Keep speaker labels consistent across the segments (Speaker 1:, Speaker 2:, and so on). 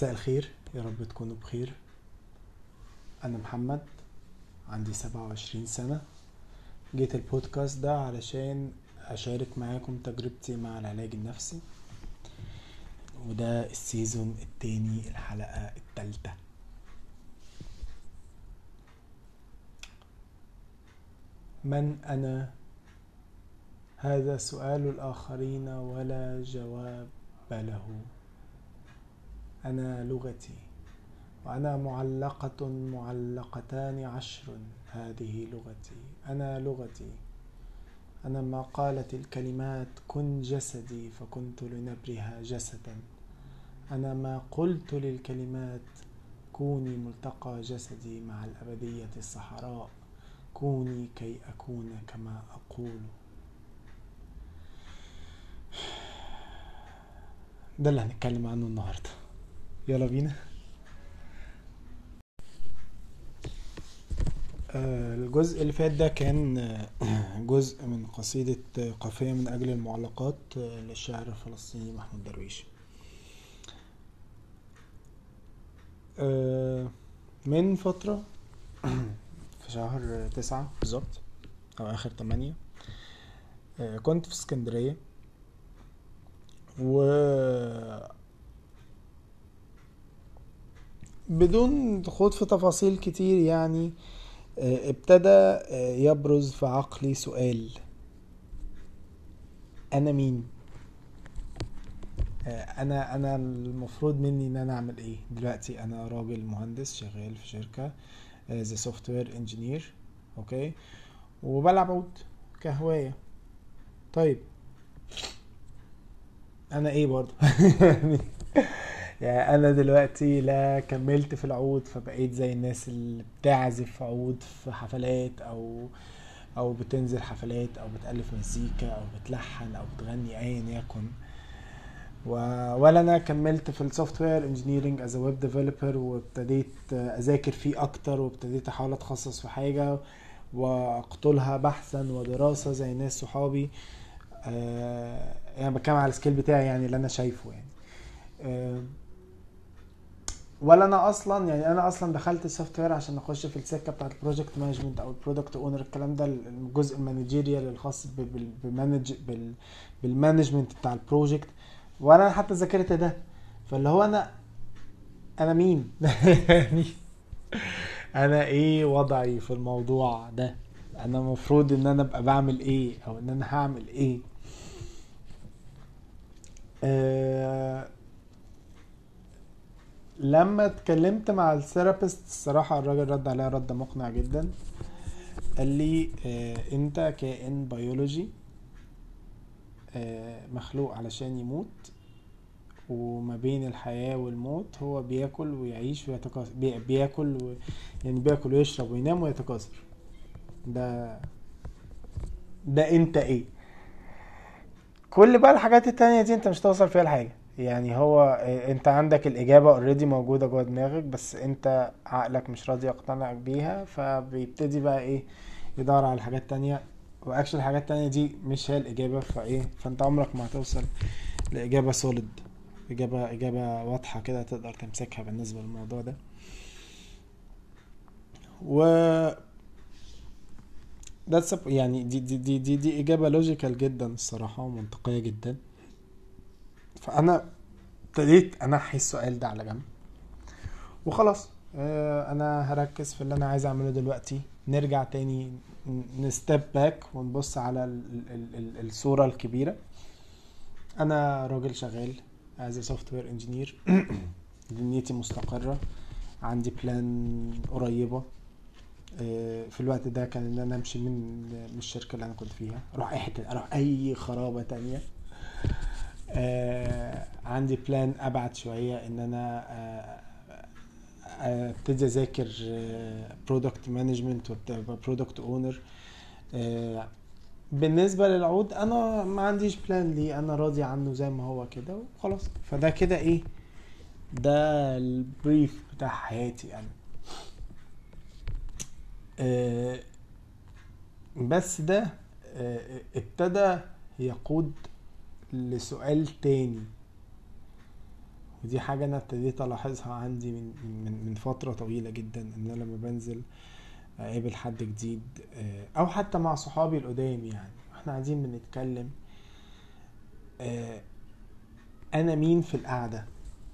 Speaker 1: مساء الخير، يا رب تكونوا بخير. أنا محمد، عندي 27 سنة. جيت البودكاست ده علشان أشارك معاكم تجربتي مع العلاج النفسي، وده السيزون التاني، الحلقة التالتة. من أنا؟ هذا سؤال الآخرين ولا جواب له. أنا لغتي، وأنا معلقتان 10. هذه لغتي، أنا لغتي. أنا ما قالت الكلمات كن جسدي فكنت لنبرها جسدا. أنا ما قلت للكلمات كوني ملتقى جسدي مع الأبدية الصحراء. كوني كي أكون كما أقول. ده اللي هنتكلم عنه النهاردة. يلا بينا. الجزء اللي فات ده كان جزء من قصيدة قافية من أجل المعلقات للشاعر الفلسطيني محمود درويش. من فترة في شهر 9 بالظبط أو آخر 8 كنت في اسكندرية، و بدون خوض في تفاصيل كتير يعني ابتدى يبرز في عقلي سؤال: أنا مين؟ انا المفروض مني ان انا اعمل ايه دلوقتي؟ انا راجل مهندس شغال في شركة زي سوفت وير انجينير، اوكي، وبلعب عود كهواية. طيب انا ايه برضه؟ يعني انا دلوقتي لا كملت في العود فبقيت زي الناس اللي بتعزف عود في حفلات او بتنزل حفلات او بتألف مزيكا او بتلحن او بتغني ايا يكن، ولا انا كملت في السوفت وير انجينيرنج از ويب ديفلوبر وابتديت اذاكر فيه اكتر وابتديت احاول اتخصص في حاجه واقتلها بحثا ودراسه زي ناس صحابي. يعني بتكلم على السكيل بتاعي، يعني اللي انا شايفه يعني. ولا انا اصلا، يعني انا اصلا دخلت السوفت وير عشان اخش في السكه بتاعه البروجكت مانجمنت او البرودكت اونر، الكلام ده الجزء المانجيريال الخاص بالمانجمنت بتاع البروجكت، وانا حتى ذاكرت ده. فاللي هو انا مين؟ يعني انا ايه وضعي في الموضوع ده؟ انا مفروض ان انا ابقى بعمل ايه او ان انا هعمل ايه؟ أه لما اتكلمت مع الثيرابيست الصراحة الراجل رد عليا رد مقنع جدا. قال لي انت كائن بيولوجي مخلوق علشان يموت، وما بين الحياة والموت هو بياكل ويعيش ويتكاثر، بياكل يعني بياكل ويشرب وينام ويتكاثر. ده انت ايه؟ كل بقى الحاجات التانية دي انت مش توصل فيها لحاجة. يعني هو انت عندك الاجابة اوريدي موجودة جوه دماغك، بس انت عقلك مش راضي يقتنع بيها، فبيبتدي بقى ايه؟ يدور على حاجات تانية، واكشن الحاجات التانية دي مش هي الاجابة. فانت عمرك ما هتوصل لاجابة سوليد، اجابة واضحة كده تقدر تمسكها بالنسبة للموضوع ده. و يعني دي اجابة لوجيكال جدا الصراحة ومنطقية جدا. فانا ابتديت انحي السؤال ده على جنب وخلاص. انا هركز في اللي انا عايز اعمله دلوقتي. نرجع تاني نستيب باك ونبص على الصورة الكبيرة. انا راجل شغال as a software engineer. دنيتي مستقرة، عندي بلان قريبة. في الوقت ده كان ان انا امشي من الشركة اللي انا كنت فيها، اروح اي حتة، اروح اي خرابة تانية. عندي بلان ابعد شوية ان انا ابتدي اذاكر برودكت مانجمنت وابقى برودكت اونر. بالنسبه للعود انا ما عنديش بلان ليه، انا راضي عنه زي ما هو كده وخلاص. فده كده ايه؟ ده البريف بتاع حياتي يعني. بس ده ابتدى يقود لسؤال تاني، ودي حاجة انا ابتديت الاحظها عندي من فترة طويلة جدا، ان انا لما بنزل اقابل حد جديد او حتى مع صحابي القدام، يعني احنا قاعدين بنتكلم، انا مين في القعدة،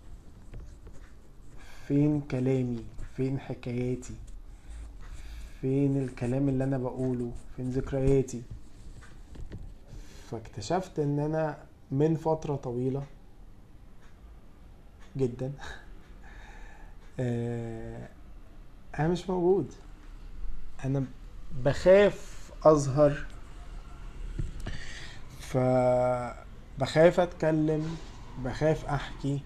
Speaker 1: فين كلامي، فين حكاياتي، فين الكلام اللي انا بقوله، فين ذكرياتي. فاكتشفت ان انا من فترة طويلة جدا انا مش موجود. انا بخاف اظهر، فبخاف اتكلم، بخاف احكي.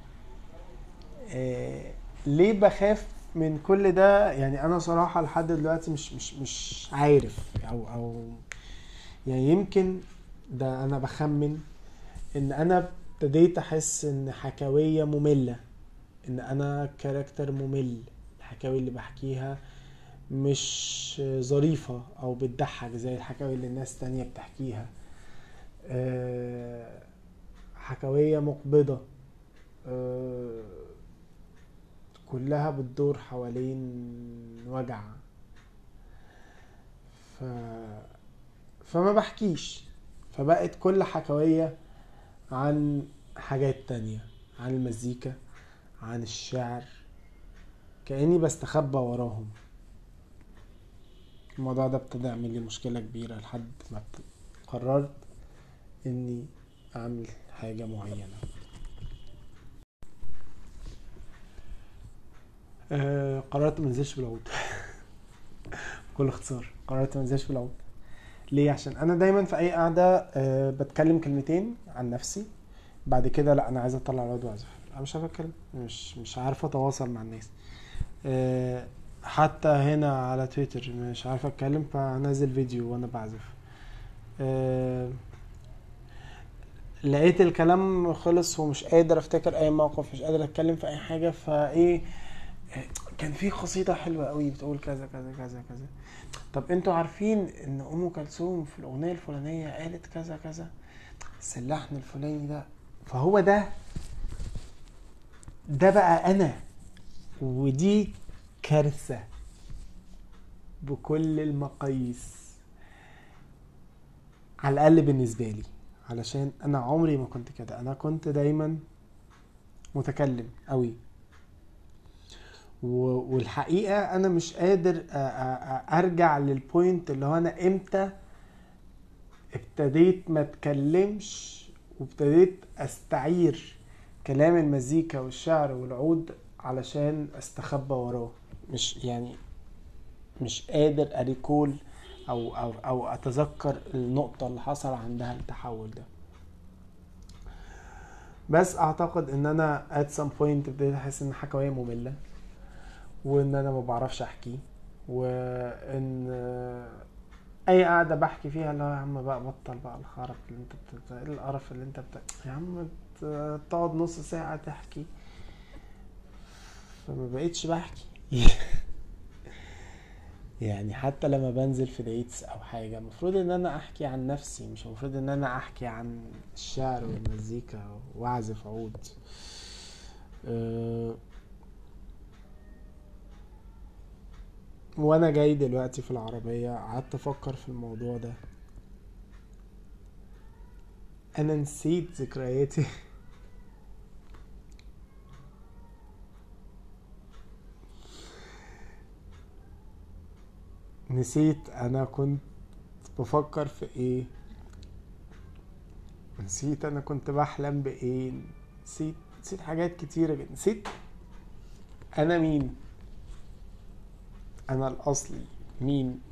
Speaker 1: ليه بخاف من كل ده؟ يعني انا صراحة لحد دلوقتي مش عارف، او يعني يمكن ده انا بخمن ان انا ابتديت احس ان حكاوية مملة، ان انا كاركتر ممل. الحكاوي اللي بحكيها مش ظريفة او بتضحك زي الحكاوي اللي الناس تانية بتحكيها. حكاوية مقبضة، كلها بتدور حوالين وجع. ف... فما بحكيش، فبقت كل حكاوية عن حاجات تانية، عن المزيكا، عن الشعر، كأني بستخبى وراهم. الموضوع ده ابتدى يعمل لي مشكلة كبيرة لحد ما قررت اني اعمل حاجة معينة. قررت منزلش بالعود. بكل اختصار قررت منزلش بالعود. ليه؟ عشان انا دايما في اي قعدة بتكلم كلمتين عن نفسي، بعد كده لا انا عايز اطلع العود واعزف. انا مش عارف اتكلم، مش عارف اتواصل مع الناس. حتى هنا على تويتر مش عارف اتكلم، فنزل فيديو وانا بعزف. لقيت الكلام خلص ومش قادر افتكر اي موقف، مش قادر اتكلم في اي حاجة. فايه، كان في قصيدة حلوة قوي بتقول كذا كذا كذا كذا. طب انتوا عارفين ان ام كلثوم في الاغنية الفلانية قالت كذا كذا، بس اللحن الفلاني ده. فهو ده بقى انا. ودي كارثة بكل المقاييس، على الاقل بالنسبة لي، علشان انا عمري ما كنت كده. انا كنت دايما متكلم قوي، والحقيقة انا مش قادر ارجع للبوينت اللي هو انا امتى ابتديت ما اتكلمش وابتديت استعير كلام المزيكا والشعر والعود علشان استخبى وراه. مش يعني مش قادر اريكول او اتذكر النقطة اللي حصل عندها التحول ده. بس اعتقد ان انا at some point ابتديت احس ان حكاية مملة، وان انا ما بعرفش احكي، وان اي قاعده بحكي فيها اللي هو يا عم بقى بطل بقى الخرف اللي انت ايه القرف اللي انت يا عم تقعد نص ساعه تحكي. فما بقيتش بحكي. يعني حتى لما بنزل في ديتس او حاجه، المفروض ان انا احكي عن نفسي، مش المفروض ان انا احكي عن الشعر والمزيكا واعزف عود. وانا جاي دلوقتي في العربيه قعدت افكر في الموضوع ده، انا نسيت ذكرياتي. نسيت انا كنت بفكر في ايه، نسيت انا كنت بحلم بايه، نسيت حاجات كتيرة جدا. نسيت انا مين، انا الاصلي مين.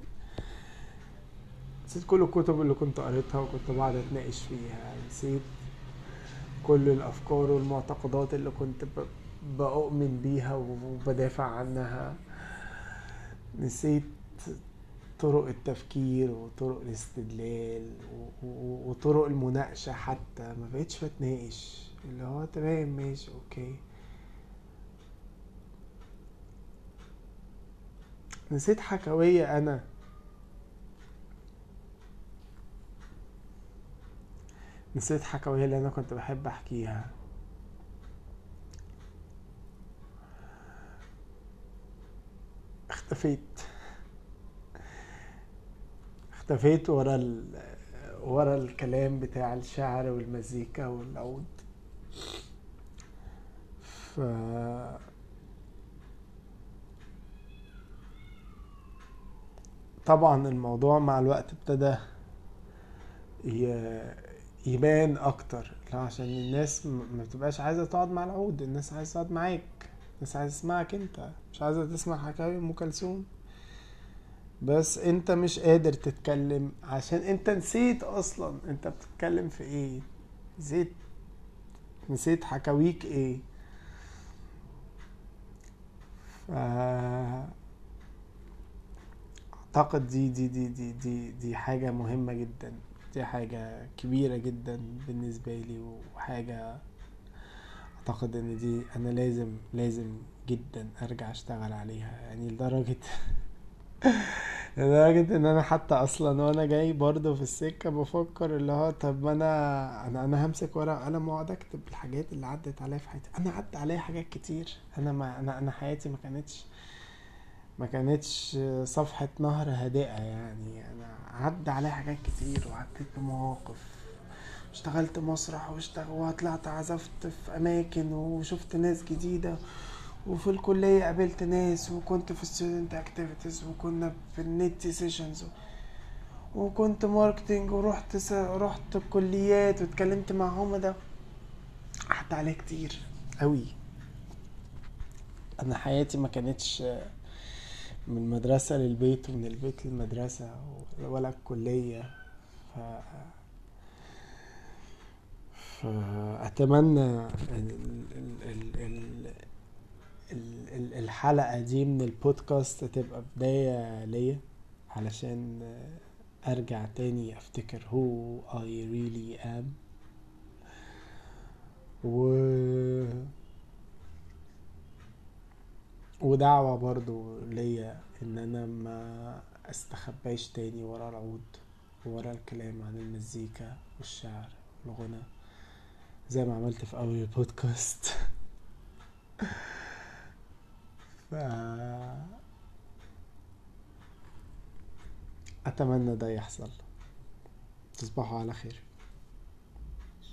Speaker 1: نسيت كل الكتب اللي كنت قريتها وكنت بقعد اتناقش فيها. نسيت كل الافكار والمعتقدات اللي كنت بؤمن بيها وبدافع عنها. نسيت طرق التفكير وطرق الاستدلال وطرق المناقشة. حتى ما بقيتش بتناقش، اللي هو تمام ماشي اوكي. نسيت حكاوية انا، نسيت حكاوية اللي انا كنت بحب احكيها. اختفيت ورا الكلام بتاع الشعر والمزيكا والعود. ف طبعا الموضوع مع الوقت ابتدى يبان اكتر، لا عشان الناس ما بتبقاش عايزه تقعد مع العود، الناس عايزه تقعد معاك، الناس عايزه تسمعك انت، مش عايزه تسمع حكاوي ام كلثوم. بس انت مش قادر تتكلم عشان انت نسيت اصلا انت بتتكلم في ايه، نسيت حكاويك ايه. اعتقد دي حاجة مهمة جدا، دي حاجة كبيرة جدا بالنسبة لي، وحاجة اعتقد ان دي انا لازم جدا ارجع اشتغل عليها، يعني لدرجة ان انا حتى اصلا وانا جاي برضه في السكة بفكر اللي هو طب ما انا همسك ورقة وقلم واقعد اكتب الحاجات اللي عدت عليا في حياتي. انا عدت عليا حاجات كتير، انا ما انا حياتي ما كانتش صفحة نهر هادئة، يعني انا عدى عليا حاجات كتير وعديت بمواقف، اشتغلت مسرح وطلعت عزفت في اماكن وشفت ناس جديدة، وفي الكلية قابلت ناس، وكنت في student activities، وكنا في النت سيشنز، وكنت ماركتينج، رحت الكليات واتكلمت معهم. ده عدى عليه كتير قوي. انا حياتي ما كانتش من المدرسة للبيت ومن البيت للمدرسة ولا الكلية. ف... فأتمنى الحلقة دي من البودكاست تبقى بداية ليا، علشان ارجع تاني افتكر who I really am، ودعوة برضو ليا ان انا ما استخباش تاني ورا العود، ورا الكلام عن المزيكا والشعر والغنى زي ما عملت في اول البودكاست. ف اتمنى ده يحصل. تصبحوا على خير.